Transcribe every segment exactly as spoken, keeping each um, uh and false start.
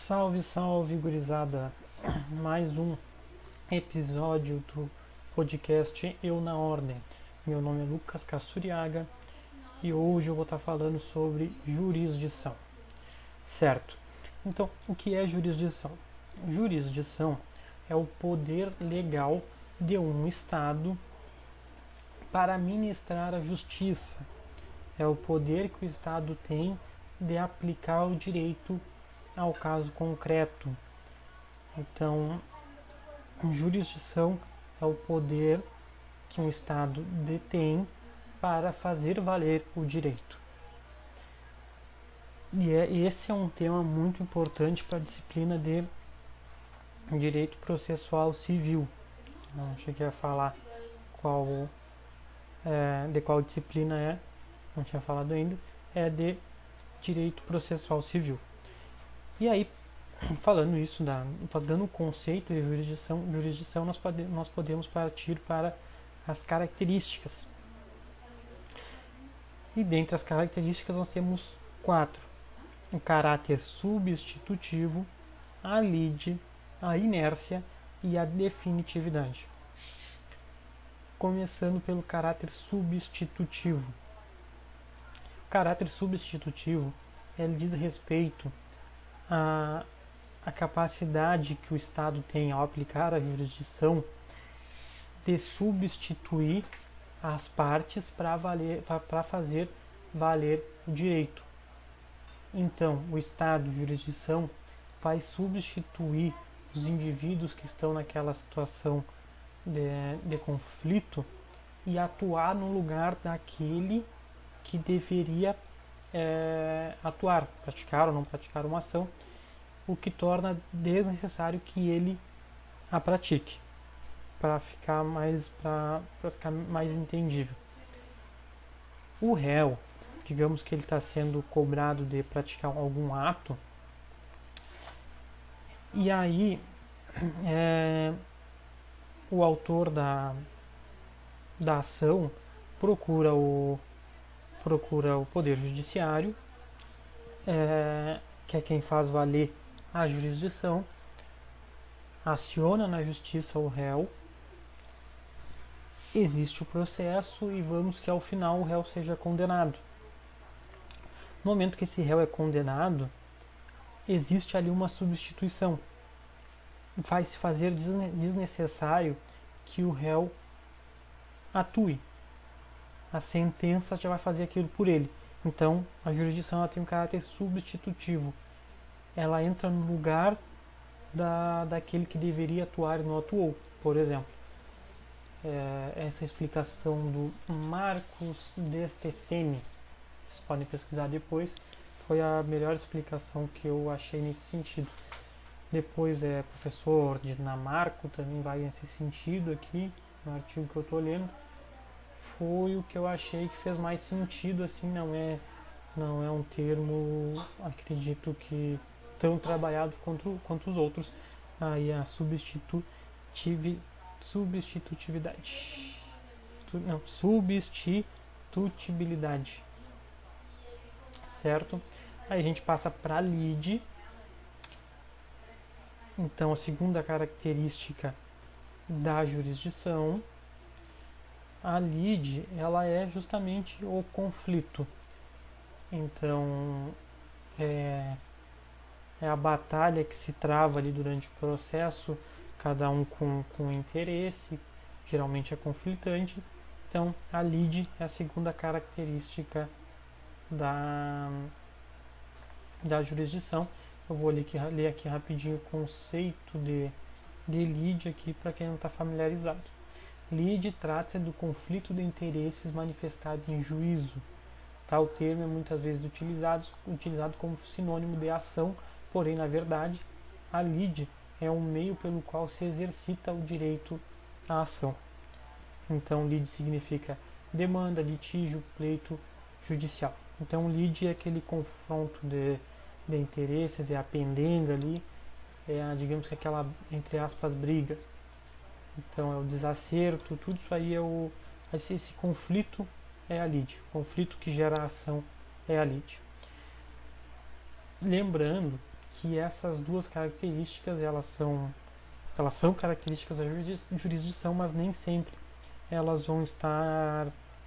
Salve, salve, gurizada! Mais um episódio do podcast Eu na Ordem. Meu nome é Lucas Cassuriaga e hoje eu vou estar falando sobre jurisdição. Certo? Então, o que é jurisdição? Jurisdição é o poder legal de um Estado para ministrar a justiça. É o poder que o Estado tem de aplicar o direito ao caso concreto. Então, jurisdição é o poder que um Estado detém para fazer valer o direito. E é, esse é um tema muito importante para a disciplina de Direito Processual Civil. Não cheguei a falar qual, é, de qual disciplina é, não tinha falado ainda, é de Direito Processual Civil. E aí, falando isso, da, dando o conceito de jurisdição, jurisdição nós, pode, nós podemos partir para as características. E dentre as características nós temos quatro: o caráter substitutivo, a lide, a inércia e a definitividade. Começando pelo caráter substitutivo. O caráter substitutivo ele diz respeito a a capacidade que o Estado tem ao aplicar a jurisdição de substituir as partes para fazer valer o direito. Então, o Estado, jurisdição, vai substituir os indivíduos que estão naquela situação de, de conflito e atuar no lugar daquele que deveria é, atuar, praticar ou não praticar uma ação, o que torna desnecessário que ele a pratique, para ficar mais para ficar mais entendível. O réu, digamos que ele está sendo cobrado de praticar algum ato, e aí é, o autor da, da ação procura o, procura o Poder Judiciário, é, que é quem faz valer a jurisdição, aciona na justiça o réu, existe o processo e vamos que ao final o réu seja condenado. No momento que esse réu é condenado, existe ali uma substituição. Vai se fazer desnecessário que o réu atue. A sentença já vai fazer aquilo por ele. Então, a jurisdição ela tem um caráter substitutivo. Ela entra no lugar da, daquele que deveria atuar e não atuou, por exemplo. É, essa explicação do Marcos de Stefani, vocês podem pesquisar depois, foi a melhor explicação que eu achei nesse sentido. Depois, é professor Dinamarco também vai nesse sentido aqui, no artigo que eu estou lendo. Foi o que eu achei que fez mais sentido, assim, não é, não é um termo, acredito que tão trabalhado quanto, quanto os outros. Aí a substitutiv, substitutividade, não, substitutibilidade, certo? Aí a gente passa para a lide. Então, a segunda característica da jurisdição, a lide, ela é justamente o conflito. Então, é, é a batalha que se trava ali durante o processo, cada um com, com interesse, geralmente é conflitante. Então, a lide é a segunda característica da, da jurisdição. Eu vou ler aqui, ler aqui rapidinho o conceito de, de lide aqui para quem não está familiarizado. Lide trata-se do conflito de interesses manifestado em juízo. Tal termo é muitas vezes utilizado, utilizado como sinônimo de ação, porém, na verdade, a lide é um meio pelo qual se exercita o direito à ação. Então, lide significa demanda, litígio, pleito judicial. Então, lide é aquele confronto de, de interesses, é a pendenga ali, é a, digamos que aquela, entre aspas, briga. Então, é o desacerto, tudo isso aí é o... Esse, esse conflito é a lide. O conflito que gera a ação é a lide. Lembrando que essas duas características elas são, elas são características da jurisdição, mas nem sempre elas vão estar,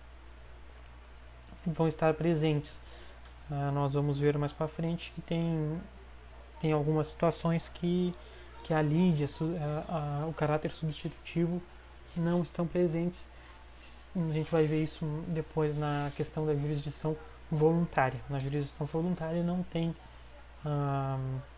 vão estar presentes. Ah, nós vamos ver mais para frente que tem, tem algumas situações que, que a lide, a, a, o caráter substitutivo não estão presentes. A gente vai ver isso depois na questão da jurisdição voluntária. Na jurisdição voluntária não tem ah,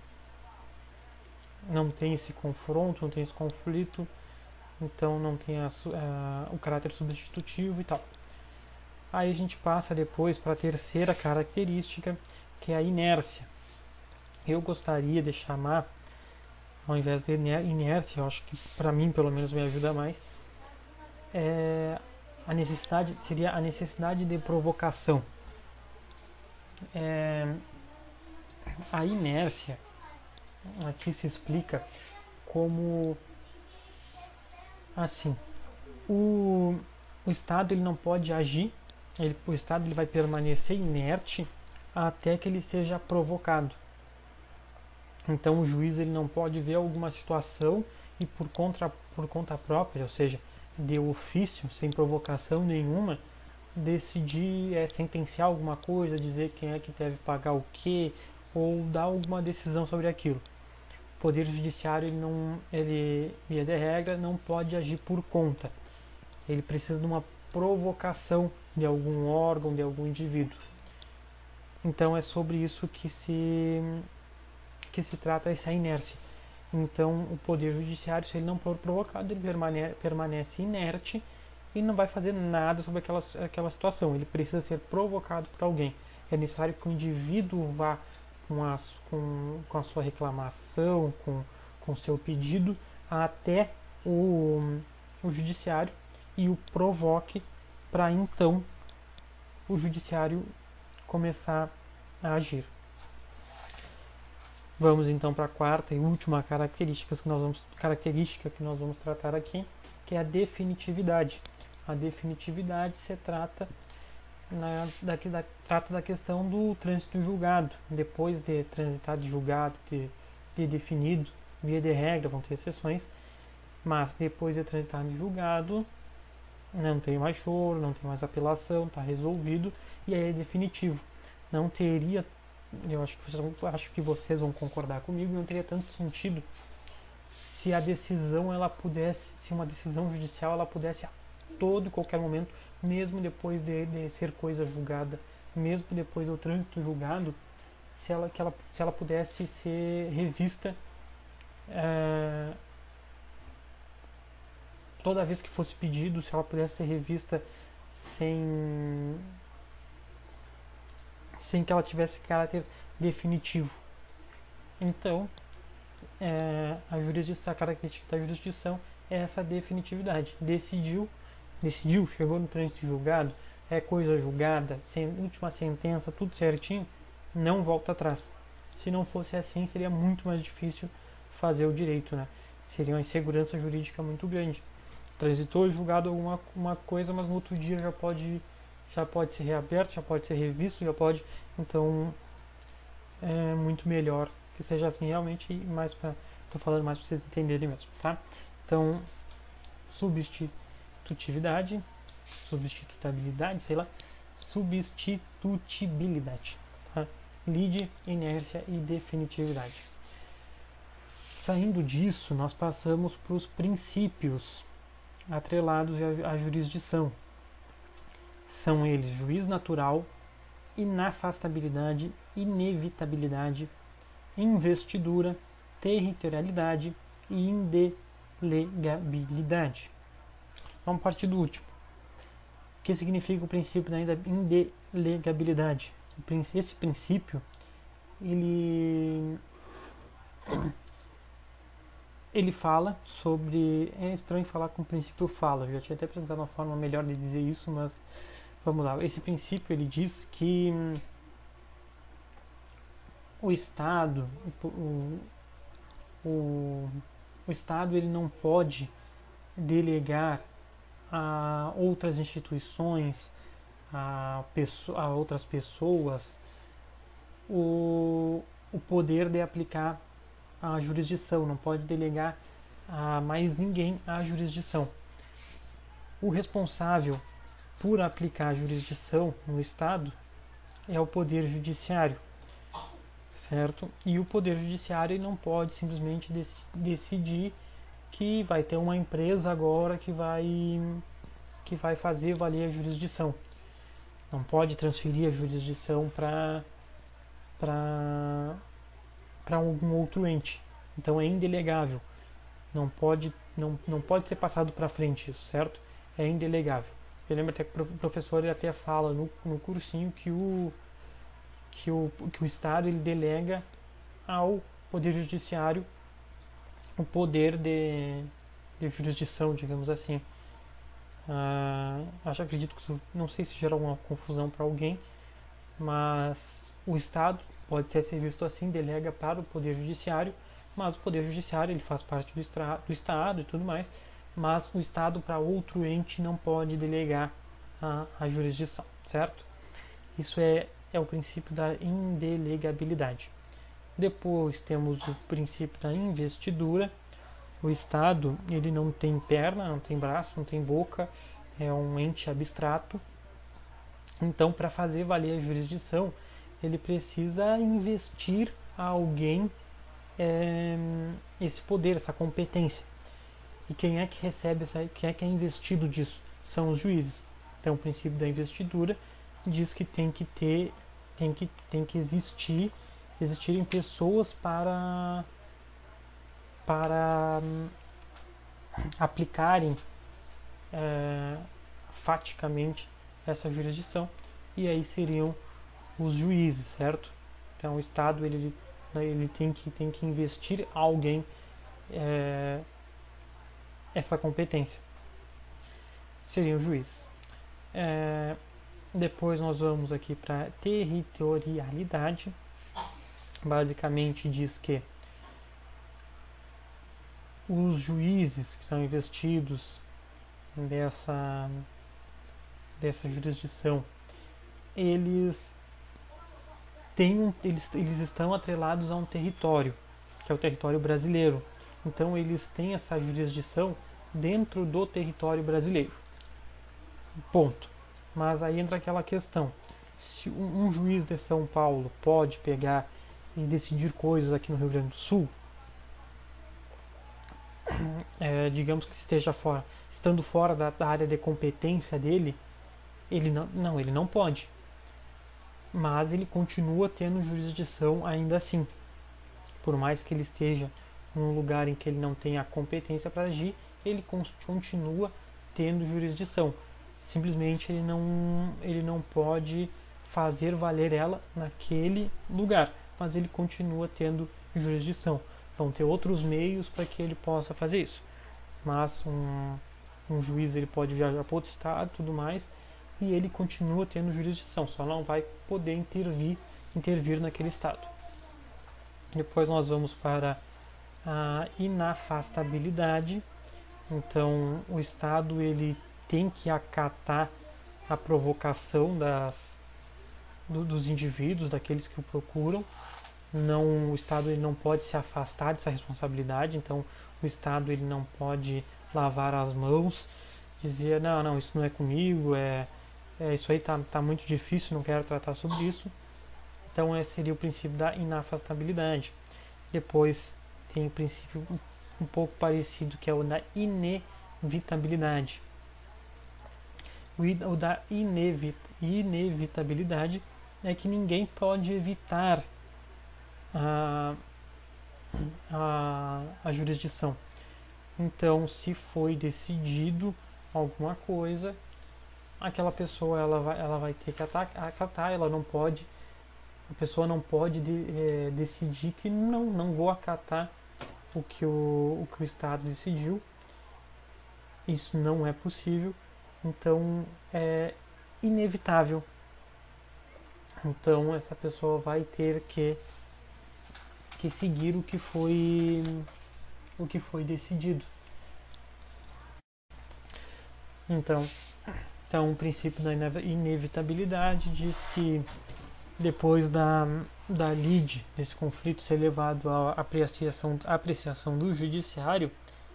não tem esse confronto, não tem esse conflito, então não tem a, a, o caráter substitutivo e tal. Aí a gente passa depois para a terceira característica, que é a inércia. Eu gostaria de chamar, ao invés de inércia, eu acho que para mim pelo menos me ajuda mais, é a necessidade, seria a necessidade de provocação. É, a inércia aqui se explica como assim, o, o Estado ele não pode agir, ele, o Estado ele vai permanecer inerte até que ele seja provocado. Então o juiz ele não pode ver alguma situação e por conta, por conta própria, ou seja, de ofício, sem provocação nenhuma, decidir é, sentenciar alguma coisa, dizer quem é que deve pagar o quê, ou dar alguma decisão sobre aquilo. O Poder Judiciário, ele, não, ele, via de regra, não pode agir por conta. Ele precisa de uma provocação de algum órgão, de algum indivíduo. Então é sobre isso que se, que se trata essa inércia. Então o Poder Judiciário, se ele não for provocado, ele permane- permanece inerte e não vai fazer nada sobre aquela, aquela situação. Ele precisa ser provocado por alguém. É necessário que o indivíduo vá com a, com, com a sua reclamação, com o seu pedido, até o, o judiciário e o provoque para então o judiciário começar a agir. Vamos então para a quarta e última característica que nós vamos, característica que nós vamos tratar aqui, que é a definitividade. A definitividade se trata, na, da, da, trata da questão do trânsito julgado. Depois de transitar de julgado, de, de definido, via de regra, vão ter exceções, mas depois de transitar de julgado, não tem mais choro, não tem mais apelação, está resolvido e aí é definitivo. Não teria, eu acho que, vocês, acho que vocês vão concordar comigo, não teria tanto sentido se a decisão ela pudesse, se uma decisão judicial ela pudesse a todo e qualquer momento, mesmo depois de, de ser coisa julgada, mesmo depois do trânsito julgado, se ela, que ela, se ela pudesse ser revista é, toda vez que fosse pedido, se ela pudesse ser revista sem, sem que ela tivesse caráter definitivo. Então, é, a jurisdição, a característica da jurisdição é essa definitividade. Decidiu, decidiu, chegou no trânsito julgado, é coisa julgada, sem, última sentença, tudo certinho, não volta atrás. Se não fosse assim, seria muito mais difícil fazer o direito, né? Seria uma insegurança jurídica muito grande. Transitou julgado alguma uma coisa, mas no outro dia já pode, já pode ser reaberto, já pode ser revisto, já pode. Então é muito melhor que seja assim realmente, mais para, tô falando mais para vocês entenderem mesmo, tá? Então substitutividade, substitutabilidade, sei lá, substitutibilidade, tá? Lide, inércia e definitividade. Saindo disso, nós passamos para os princípios atrelados à jurisdição. São eles juiz natural, inafastabilidade, inevitabilidade, investidura, territorialidade e indelegabilidade. Vamos partir do último. O que significa o princípio da indelegabilidade? Esse princípio, ele ele fala sobre... É estranho falar com o princípio fala, eu já tinha até apresentado uma forma melhor de dizer isso, mas vamos lá. Esse princípio, ele diz que o Estado, o, o, o Estado ele não pode delegar a outras instituições, a, a outras pessoas, o, o poder de aplicar a jurisdição, não pode delegar a mais ninguém a jurisdição. O responsável por aplicar a jurisdição no Estado é o Poder Judiciário, certo? E o Poder Judiciário não pode simplesmente dec decidir que vai ter uma empresa agora que vai, que vai fazer valer a jurisdição. Não pode transferir a jurisdição para para algum outro ente. Então é indelegável. Não pode, não, não pode ser passado para frente isso, certo? É indelegável. Eu lembro até que o professor ele até fala no, no cursinho que o, que, o, que o Estado ele delega ao Poder Judiciário o poder de, de jurisdição, digamos assim. Ah, acho, acredito que isso, não sei se gera alguma confusão para alguém, mas o Estado pode ser visto assim, delega para o Poder Judiciário, mas o Poder Judiciário ele faz parte do, estra, do Estado e tudo mais, mas o Estado para outro ente não pode delegar a, a jurisdição, certo? Isso é, é o princípio da indelegabilidade. Depois temos o princípio da investidura. O Estado ele não tem perna, não tem braço, não tem boca, é um ente abstrato. Então, para fazer valer a jurisdição, ele precisa investir a alguém é, esse poder, essa competência. E quem é que recebe, essa, quem é que é investido disso? São os juízes. Então, o princípio da investidura diz que tem que ter, tem que, tem que existir, existirem pessoas para, para hum, aplicarem é, faticamente essa jurisdição, e aí seriam os juízes, certo? Então o Estado ele, ele tem, que, tem que investir a alguém é, essa competência. Seriam os juízes. É, depois nós vamos aqui para territorialidade. Basicamente diz que os juízes que são investidos dessa, dessa jurisdição, eles Tem um, eles, eles estão atrelados a um território, que é o território brasileiro. Então eles têm essa jurisdição dentro do território brasileiro. Ponto. Mas aí entra aquela questão. Se um, um juiz de São Paulo pode pegar e decidir coisas aqui no Rio Grande do Sul, é, digamos que esteja fora, estando fora da, da área de competência dele, ele não, não, ele não pode. Mas ele continua tendo jurisdição ainda assim. Por mais que ele esteja num lugar em que ele não tenha a competência para agir, ele continua tendo jurisdição. Simplesmente ele não, ele não pode fazer valer ela naquele lugar, mas ele continua tendo jurisdição. Vão ter outros meios para que ele possa fazer isso. Mas um, um juiz ele pode viajar para outro estado e tudo mais, e ele continua tendo jurisdição, só não vai poder intervir, intervir naquele estado. Depois nós vamos para a inafastabilidade. Então o Estado ele tem que acatar a provocação das, do, dos indivíduos, daqueles que o procuram. Não, o Estado ele não pode se afastar dessa responsabilidade, então o Estado ele não pode lavar as mãos, dizer, não, não, isso não é comigo, é, é isso aí tá, tá muito difícil, não quero tratar sobre isso. Então esse seria o princípio da inafastabilidade. Depois tem o princípio um pouco parecido, que é o da inevitabilidade. O da inevitabilidade é que ninguém pode evitar a, a, a jurisdição. Então, se foi decidido alguma coisa, aquela pessoa ela vai, ela vai ter que acatar, ela não pode, a pessoa não pode de, é, decidir que não, não vou acatar o que o, o que o Estado decidiu. Isso não é possível, então é inevitável. Então essa pessoa vai ter que, que seguir o que foi o que foi decidido. Então, então o princípio da inevitabilidade diz que depois da, da lide, desse conflito ser levado à apreciação, à apreciação do judiciário,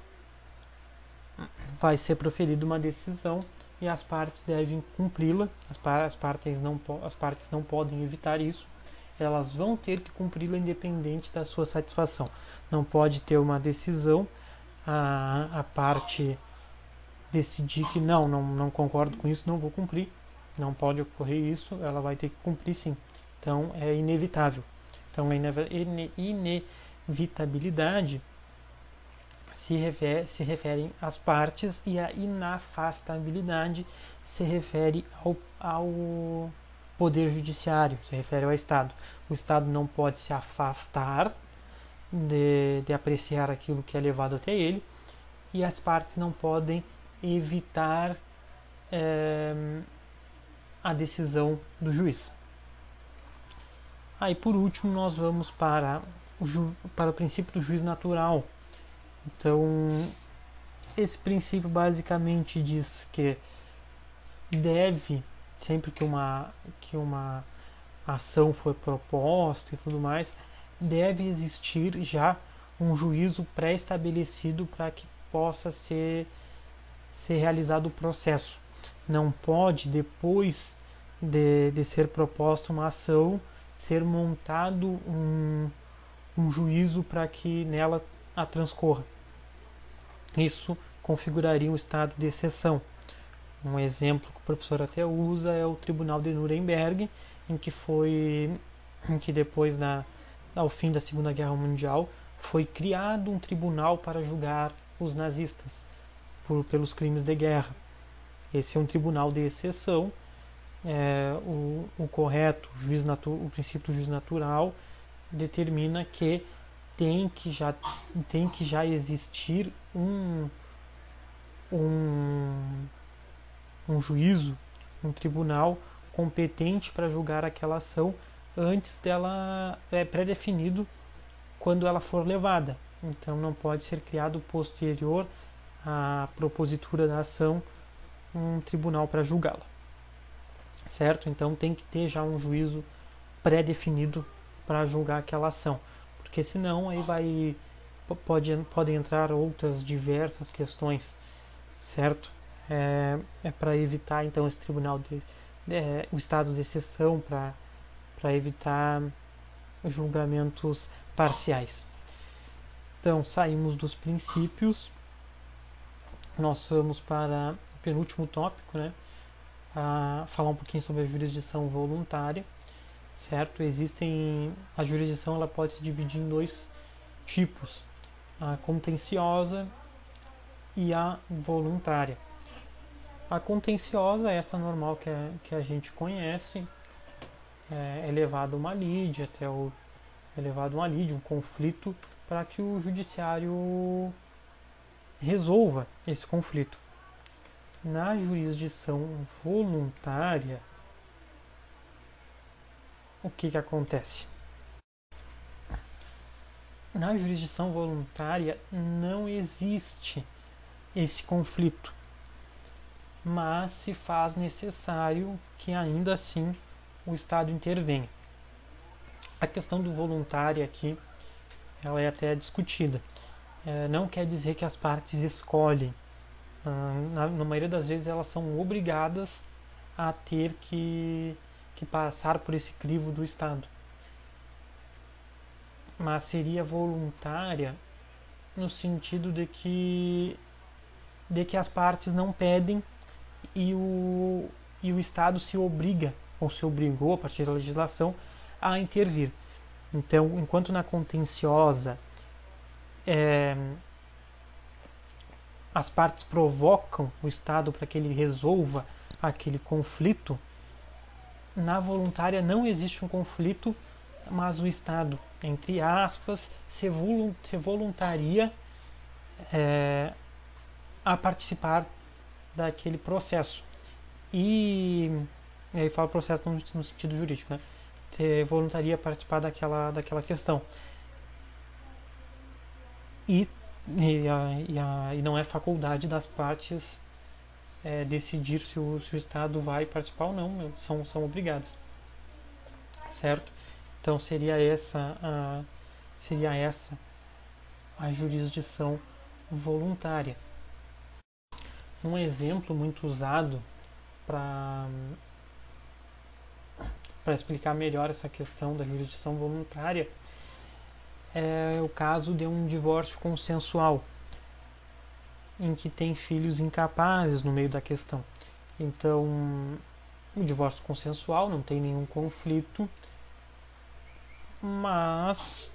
vai ser proferida uma decisão e as partes devem cumpri-la. As, par as, partes não as partes não podem evitar isso. Elas vão ter que cumpri-la independente da sua satisfação. Não pode ter uma decisão, a, a parte decidir que não, não, não concordo com isso, não vou cumprir. Não pode ocorrer isso, ela vai ter que cumprir sim. Então é inevitável. Então a inevitabilidade se, refere, se referem às partes e a inafastabilidade se refere ao, ao poder judiciário, se refere ao Estado. O Estado não pode se afastar de, de apreciar aquilo que é levado até ele e as partes não podem evitar é, a decisão do juiz. Aí por último nós vamos para o, ju, para o princípio do juiz natural. Então esse princípio basicamente diz que deve, sempre que uma, que uma ação for proposta e tudo mais, deve existir já um juízo pré-estabelecido para que possa ser, ser realizado o processo. Não pode, depois de, de ser proposta uma ação, ser montado um, um juízo para que nela a transcorra. Isso configuraria um estado de exceção. Um exemplo que o professor até usa é o Tribunal de Nuremberg, em que foi, em que depois da, ao fim da Segunda Guerra Mundial foi criado um tribunal para julgar os nazistas por, pelos crimes de guerra. Esse é um tribunal de exceção. É, o, o correto, o, juiz natu, o princípio do juiz natural determina que tem que já, tem que já existir um, um, um juízo, um tribunal competente para julgar aquela ação antes dela, é pré-definido quando ela for levada. Então não pode ser criado posterior à propositura da ação um tribunal para julgá-la. Certo? Então tem que ter já um juízo pré-definido para julgar aquela ação, porque senão aí vai pode podem entrar outras diversas questões, certo? É, é para evitar então esse tribunal de, de é, o estado de exceção para para evitar julgamentos parciais. Então saímos dos princípios, nós vamos para o penúltimo tópico, né? A falar um pouquinho sobre a jurisdição voluntária, certo? Existem a jurisdição, ela pode se dividir em dois tipos: a contenciosa e a voluntária. A contenciosa é essa normal que a, que a gente conhece, é, é levado uma lide até o é levado uma lide, um conflito, para que o judiciário resolva esse conflito. Na jurisdição voluntária, o que que acontece? Na jurisdição voluntária não existe esse conflito, mas se faz necessário que ainda assim o Estado intervenha. A questão do voluntário aqui, ela é até discutida. É, não quer dizer que as partes escolhem. Na, na maioria das vezes elas são obrigadas a ter que, que passar por esse crivo do Estado. Mas seria voluntária no sentido de que, de que as partes não pedem e o, e o Estado se obriga, ou se obrigou a partir da legislação, a intervir. Então, enquanto na contenciosa é, as partes provocam o Estado para que ele resolva aquele conflito, na voluntária não existe um conflito, mas o Estado, entre aspas, se, volu se voluntaria é, a participar daquele processo. E, e aí fala processo no, no sentido jurídico, né? Se voluntaria a participar daquela, daquela questão. E E, a, e, a, e não é faculdade das partes é, decidir se o, se o Estado vai participar ou não, são, são obrigadas. certo? Então seria essa a, seria essa a jurisdição voluntária. Um exemplo muito usado para para explicar melhor essa questão da jurisdição voluntária é o caso de um divórcio consensual, em que tem filhos incapazes no meio da questão. Então, o divórcio consensual não tem nenhum conflito, mas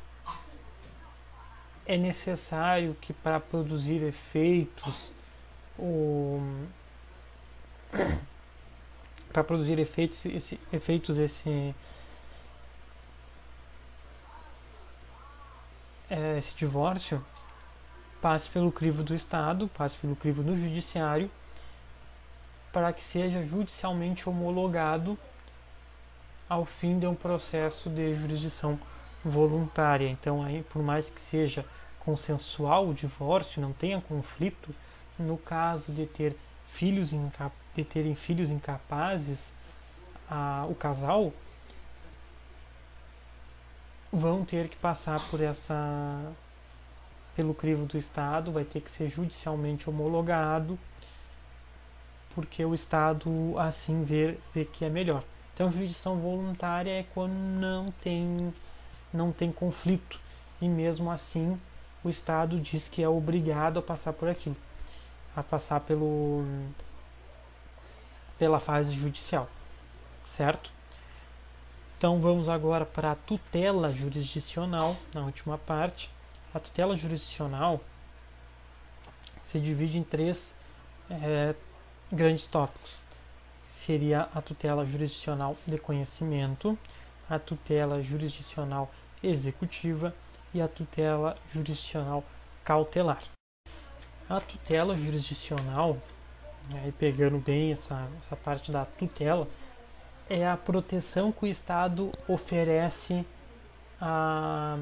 é necessário que, para produzir efeitos, o para produzir efeitos, esse, efeitos esse, é, esse divórcio passe pelo crivo do Estado, passe pelo crivo do Judiciário, para que seja judicialmente homologado ao fim de um processo de jurisdição voluntária. Então, aí, por mais que seja consensual o divórcio, não tenha conflito, no caso de ter filhos de terem filhos incapazes, a, o casal vão ter que passar por essa pelo crivo do Estado, vai ter que ser judicialmente homologado, porque o Estado assim vê, vê que é melhor. Então, jurisdição voluntária é quando não tem, não tem conflito, e mesmo assim o Estado diz que é obrigado a passar por aquilo, a passar pelo, pela fase judicial, certo? Então vamos agora para a tutela jurisdicional, na última parte. A tutela jurisdicional se divide em três é, grandes tópicos. Seria a tutela jurisdicional de conhecimento, a tutela jurisdicional executiva e a tutela jurisdicional cautelar. A tutela jurisdicional, aí pegando bem essa, essa parte da tutela, é a proteção que o Estado oferece a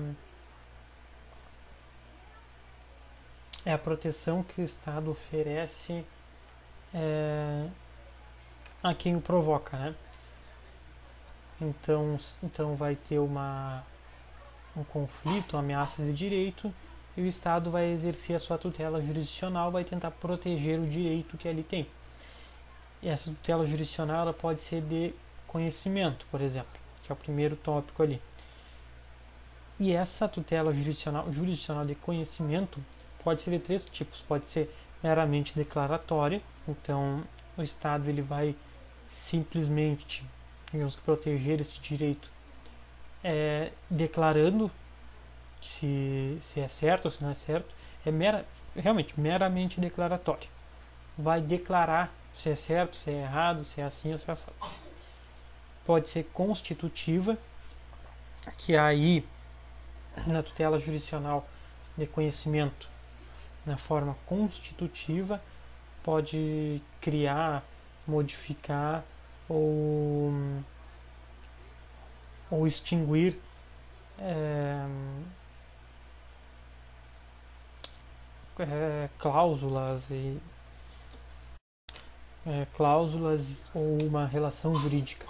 é a proteção que o Estado oferece é, a quem o provoca, né? Então, então vai ter uma, um conflito, uma ameaça de direito, e o Estado vai exercer a sua tutela jurisdicional, vai tentar proteger o direito que ele tem. E essa tutela jurisdicional ela pode ser de conhecimento, por exemplo, que é o primeiro tópico ali. E essa tutela jurisdicional, jurisdicional de conhecimento pode ser de três tipos. Pode ser meramente declaratória, então o Estado ele vai simplesmente, digamos, proteger esse direito é, declarando se, se é certo ou se não é certo. É mera, realmente meramente declaratória. Vai declarar se é certo, se é errado, se é assim ou se é assado. Pode ser constitutiva, que aí na tutela jurisdicional de conhecimento, na forma constitutiva, pode criar, modificar ou, ou extinguir é, é, cláusulas e é, cláusulas ou uma relação jurídica.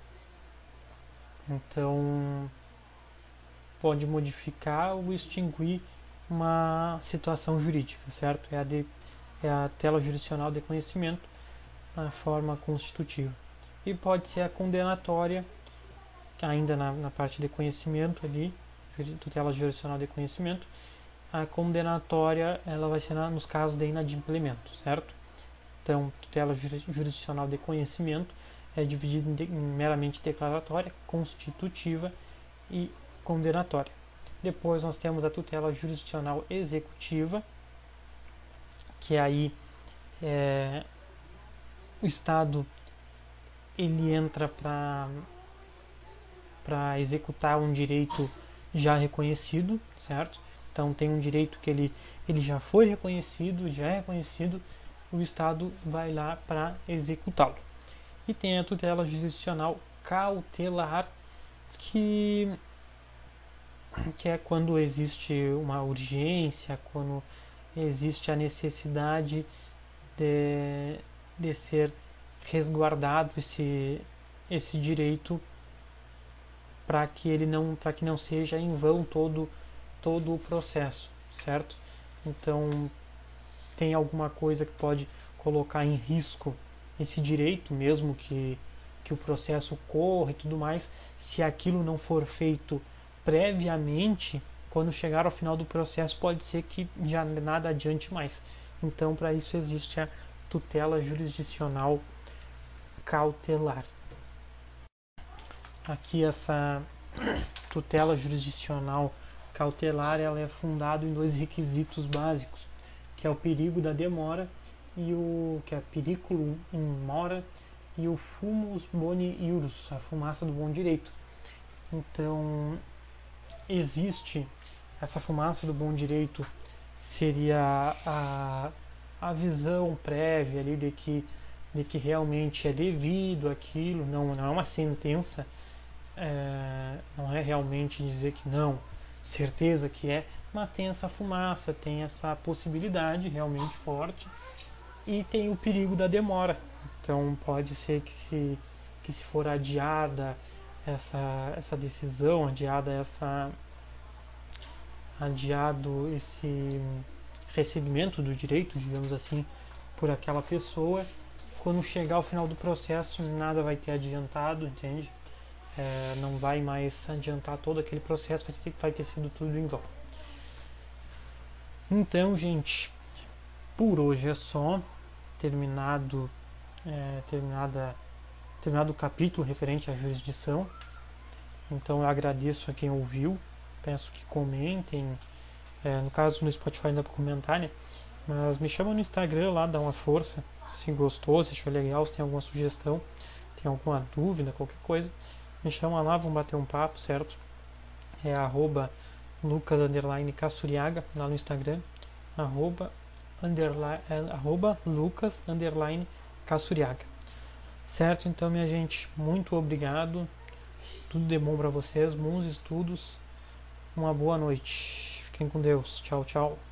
Então pode modificar ou extinguir uma situação jurídica, certo? É a, de, é a tutela jurisdicional de conhecimento na forma constitutiva. E pode ser a condenatória, ainda na, na parte de conhecimento ali, tutela jurisdicional de conhecimento. A condenatória ela vai ser na, nos casos de inadimplemento, certo? Então, tutela jurisdicional de conhecimento é dividida em, de, em meramente declaratória, constitutiva e condenatória. Depois nós temos a tutela jurisdicional executiva, que aí é, o Estado ele entra para para executar um direito já reconhecido, certo? Então tem um direito que ele, ele já foi reconhecido, já é reconhecido, o Estado vai lá para executá-lo. E tem a tutela jurisdicional cautelar, que que é quando existe uma urgência, quando existe a necessidade de, de ser resguardado esse, esse direito para que ele não, para que não seja em vão todo, todo o processo, certo? Então, tem alguma coisa que pode colocar em risco esse direito, mesmo que, que o processo corra e tudo mais, se aquilo não for feito previamente, quando chegar ao final do processo pode ser que já nada adiante mais. Então, para isso existe a tutela jurisdicional cautelar. Aqui essa tutela jurisdicional cautelar, ela é fundada em dois requisitos básicos, que é o perigo da demora e o que é periculum in mora e o fumus boni ius, a fumaça do bom direito. Então, existe essa fumaça do bom direito, seria a, a visão prévia ali de que, de que realmente é devido aquilo, não, não é uma sentença, é, não é realmente dizer que não, certeza que é, mas tem essa fumaça, tem essa possibilidade realmente forte e tem o perigo da demora. Então pode ser que se, que se for adiada essa, essa decisão, adiada essa, adiado esse recebimento do direito, digamos assim, por aquela pessoa, quando chegar ao final do processo nada vai ter adiantado, entende? É, não vai mais adiantar todo aquele processo, vai ter, vai ter sido tudo em vão. Então, gente, por hoje é só. Terminado, é, terminada, terminado o capítulo referente à jurisdição. Então eu agradeço a quem ouviu, peço que comentem, é, no caso no Spotify ainda para comentar, né? Mas me chama no Instagram lá, dá uma força, se gostou, se achou legal, se tem alguma sugestão, tem alguma dúvida, qualquer coisa, me chama lá, vamos bater um papo, certo? É arroba Lucas underline Cassuriaga lá no Instagram, arroba, underline, é, arroba Lucas underline Cassuriaga. Certo? Então, minha gente, muito obrigado. Tudo de bom para vocês, bons estudos. Uma boa noite. Fiquem com Deus. Tchau, tchau.